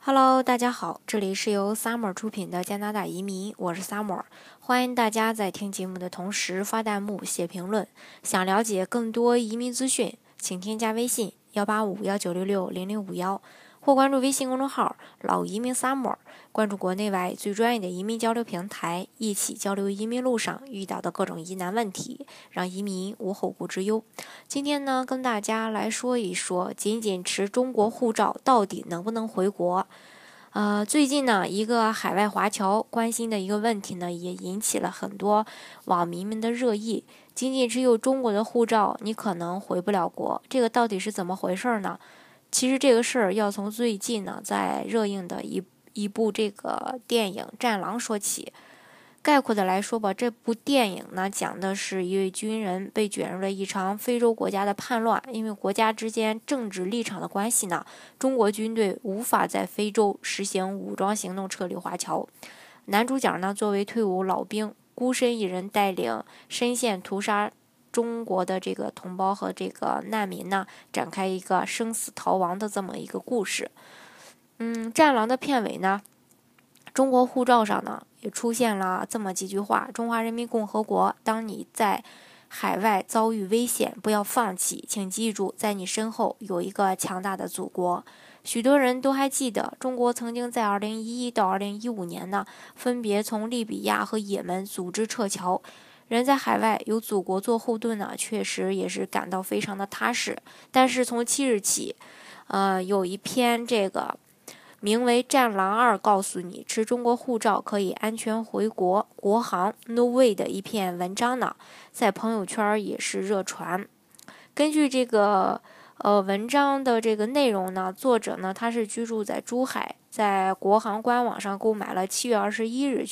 Hello，大家好，这里是由 Summer 出品的加拿大移民，我是 Summer，欢迎大家在听节目的同时发弹幕、写评论。想了解更多移民资讯，请添加微信18519660051，或关注微信公众号老移民 Summer， 关注国内外最专业的移民交流平台，一起交流移民路上遇到的各种疑难问题，让移民无后顾之忧。今天呢，跟大家来说一说，仅仅持中国护照到底能不能回国？最近呢，一个海外华侨关心的一个问题呢，也引起了很多网民们的热议。仅仅持有中国的护照，你可能回不了国，这个到底是怎么回事呢？其实这个事儿要从最近呢，在热映的一部这个电影《战狼》说起。概括的来说吧，这部电影呢讲的是一位军人被卷入了一场非洲国家的叛乱，因为国家之间政治立场的关系呢，中国军队无法在非洲实行武装行动撤离华侨。男主角呢作为退伍老兵，孤身一人带领深陷屠杀中国的这个同胞和这个难民呢，展开一个生死逃亡的这么一个故事。战狼的片尾呢，中国护照上呢也出现了这么几句话：中华人民共和国，当你在海外遭遇危险，不要放弃，请记住，在你身后有一个强大的祖国。许多人都还记得，中国曾经在2011到2015年呢，分别从利比亚和也门组织撤侨。人在海外有祖国做后盾呢，确实也是感到非常的踏实。但是从7日起，有一篇这个名为《战狼2》告诉你，持中国护照可以安全回国，国航 No Way 的一篇文章呢，在朋友圈也是热传。根据这个文章的这个内容呢，作者呢他是居住在珠海，在国航官网上购买了7月21日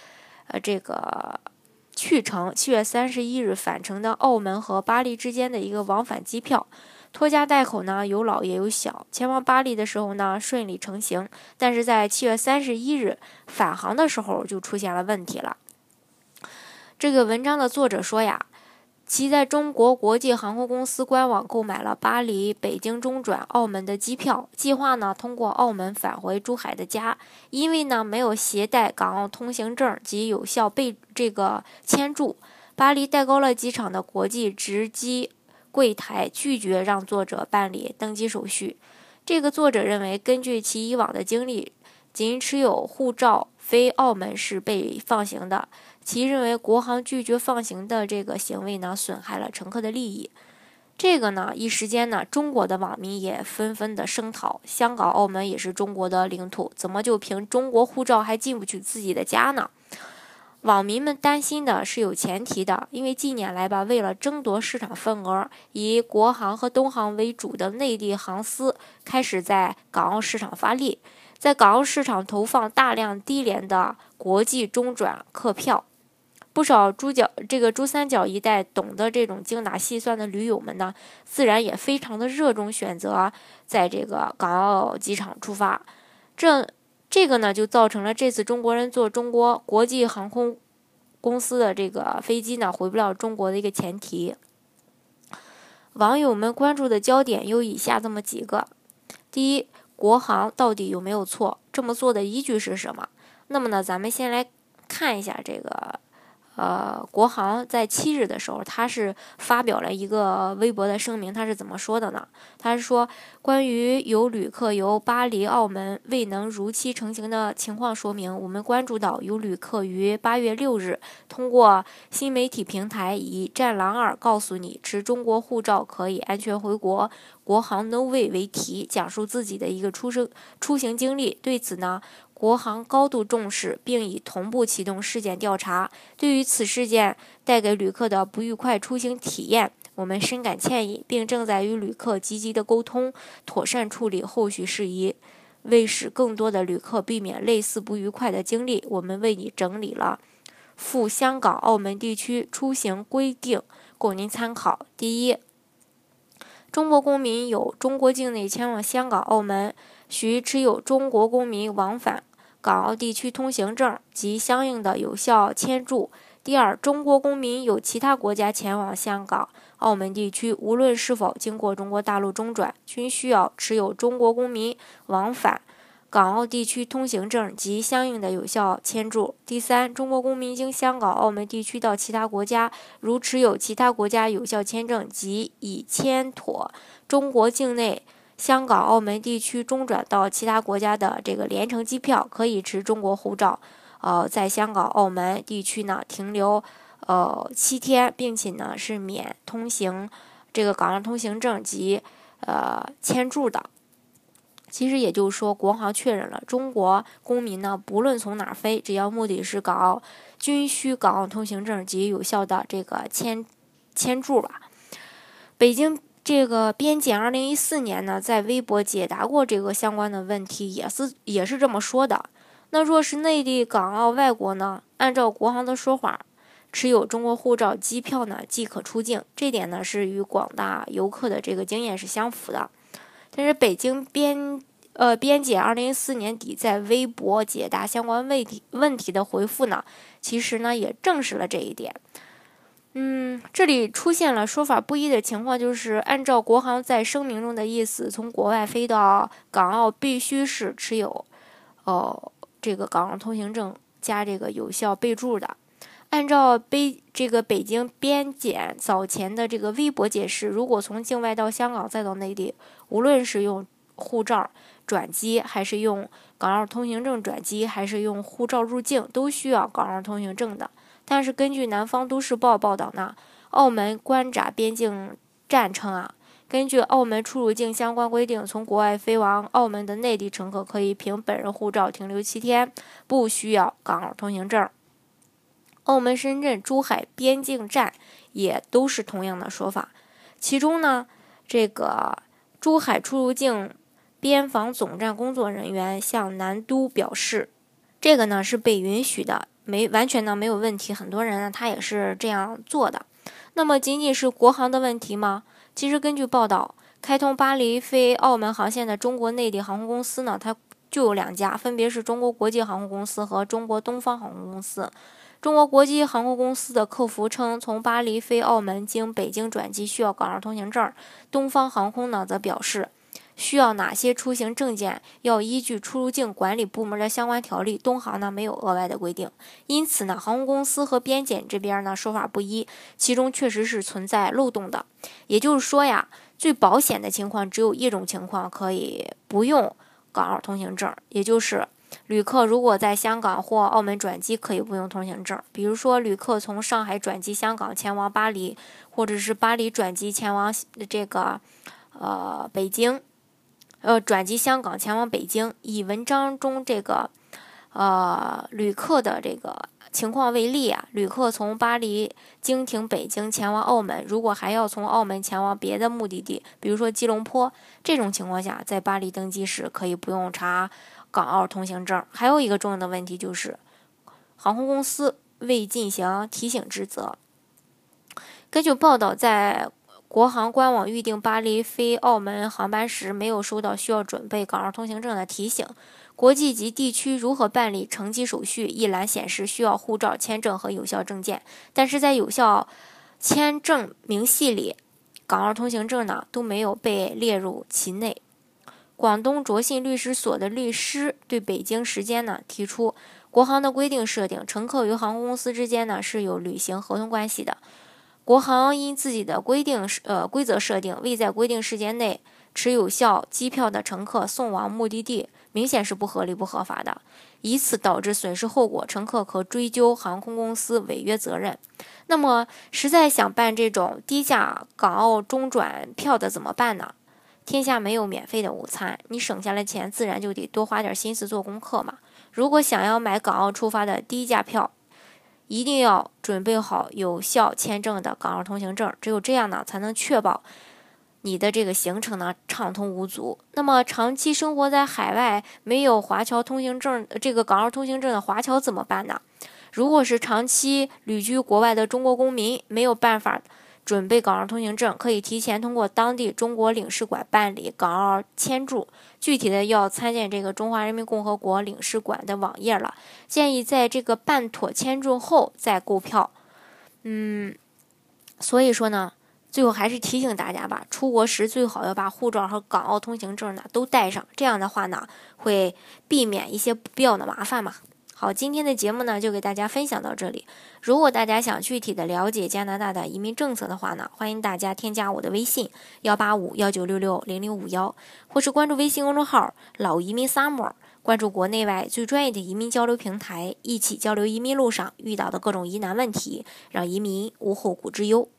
去程7月31日返程的澳门和巴黎之间的一个往返机票。拖家带口呢，有老也有小。前往巴黎的时候呢，顺利成行，但是在7月31日返航的时候就出现了问题了。这个文章的作者说呀，其在中国国际航空公司官网购买了巴黎、北京中转澳门的机票，计划呢通过澳门返回珠海的家，因为呢没有携带港澳通行证及有效被这个签注，巴黎戴高乐机场的国际值机柜台拒绝让作者办理登机手续。这个作者认为，根据其以往的经历，仅持有护照飞澳门是被放行的。其认为国航拒绝放行的这个行为呢，损害了乘客的利益。这个呢，一时间呢，中国的网民也纷纷的声讨，香港、澳门也是中国的领土，怎么就凭中国护照还进不去自己的家呢？网民们担心的是有前提的，因为近年来吧，为了争夺市场份额，以国航和东航为主的内地航司开始在港澳市场发力，在港澳市场投放大量低廉的国际中转客票。不少珠三角一带懂得这种精打细算的驴友们呢，自然也非常的热衷选择在这个港澳机场出发。这个呢，就造成了这次中国人坐中国国际航空公司的这个飞机呢，回不了中国的一个前提。网友们关注的焦点有以下这么几个：第一，国航到底有没有错？这么做的依据是什么？那么呢，咱们先来看一下这个国航在7日的时候，他是发表了一个微博的声明，他是怎么说的呢？他是说，关于有旅客由巴黎、澳门未能如期成行的情况说明，我们关注到有旅客于8月6日通过新媒体平台以《战狼2》告诉你持中国护照可以安全回国，国航 No Way 为题，讲述自己的一个出行经历。对此呢，国航高度重视，并已同步启动事件调查。对于此事件带给旅客的不愉快出行体验，我们深感歉意，并正在与旅客积极的沟通，妥善处理后续事宜。为使更多的旅客避免类似不愉快的经历，我们为你整理了赴香港、澳门地区出行规定，供您参考。第一，中国公民有中国境内前往香港、澳门，需持有中国公民往返港澳地区通行证及相应的有效签注。第二，中国公民有其他国家前往香港、澳门地区，无论是否经过中国大陆中转，均需要持有中国公民往返港澳地区通行证及相应的有效签注。第三，中国公民经香港、澳门地区到其他国家，如持有其他国家有效签证及已签妥中国境内香港、澳门地区中转到其他国家的这个联程机票，可以持中国护照，在香港、澳门地区呢停留7天，并且呢是免通行这个港澳通行证及签注的。其实也就是说，国航确认了中国公民呢，不论从哪儿飞，只要目的是港澳，均需港澳通行证及有效的这个签注吧。北京这个边检2014年呢，在微博解答过这个相关的问题，也是这么说的。那若是内地、港澳、外国呢，按照国航的说法，持有中国护照、机票呢即可出境，这点呢是与广大游客的这个经验是相符的。但是北京边检2014年底在微博解答相关问题的回复呢，其实呢也证实了这一点。这里出现了说法不一的情况，就是按照国航在声明中的意思，从国外飞到港澳必须是持有这个港澳通行证加这个有效备注的。按照北京边检早前的这个微博解释，如果从境外到香港再到内地，无论是用护照转机，还是用港澳通行证转机，还是用护照入境，都需要港澳通行证的。但是根据南方都市报报道呢，澳门关闸边境站称根据澳门出入境相关规定，从国外飞往澳门的内地乘客可以凭本人护照停留7天，不需要港澳通行证。澳门、深圳、珠海边境站也都是同样的说法。其中呢，这个珠海出入境边防总站工作人员向南都表示，这个呢是被允许的，完全呢没有问题。很多人呢他也是这样做的。那么仅仅是国航的问题吗？其实根据报道，开通巴黎飞澳门航线的中国内地航空公司呢，它就有2家，分别是中国国际航空公司和中国东方航空公司。中国国际航空公司的客服称，从巴黎飞澳门经北京转机需要港澳通行证。东方航空呢则表示，需要哪些出行证件要依据出入境管理部门的相关条例，东航呢没有额外的规定。因此呢，航空公司和边检这边呢说法不一，其中确实是存在漏洞的。也就是说呀，最保险的情况只有一种情况可以不用港澳通行证，也就是旅客如果在香港或澳门转机可以不用通行证。比如说旅客从上海转机香港前往巴黎，或者是巴黎转机前往这个北京，转机香港前往北京。以文章中这个旅客的这个情况为例旅客从巴黎经停北京前往澳门，如果还要从澳门前往别的目的地，比如说吉隆坡，这种情况下在巴黎登机时可以不用查港澳通行证。还有一个重要的问题就是，航空公司未进行提醒职责。根据报道，在国航官网预订巴黎飞澳门航班时，没有收到需要准备港澳通行证的提醒。国际及地区如何办理乘机手续一栏显示需要护照、签证和有效证件，但是在有效签证明细里，港澳通行证呢都没有被列入其内。广东卓信律师所的律师对北京时间呢提出，国航的规定设定，乘客与航空公司之间呢是有履行合同关系的。国航因自己的规则设定，未在规定时间内持有效机票的乘客送往目的地，明显是不合理不合法的，以此导致损失后果，乘客可追究航空公司违约责任。那么实在想办这种低价港澳中转票的怎么办呢？天下没有免费的午餐，你省下来钱自然就得多花点心思做功课嘛。如果想要买港澳出发的低价票，一定要准备好有效签证的港澳通行证，只有这样呢，才能确保你的这个行程呢畅通无阻。那么长期生活在海外没有华侨通行证，这个港澳通行证的华侨怎么办呢？如果是长期旅居国外的中国公民，没有办法准备港澳通行证，可以提前通过当地中国领事馆办理港澳签注，具体的要参见这个中华人民共和国领事馆的网页了。建议在这个办妥签注后再购票。所以说呢， 最后还是提醒大家吧，出国时最好要把护照和港澳通行证呢都带上，这样的话呢会避免一些不必要的麻烦嘛。好，今天的节目呢就给大家分享到这里。如果大家想具体的了解加拿大的移民政策的话呢，欢迎大家添加我的微信18519660051，或是关注微信公众号老移民 Summer， 关注国内外最专业的移民交流平台，一起交流移民路上遇到的各种疑难问题，让移民无后顾之忧。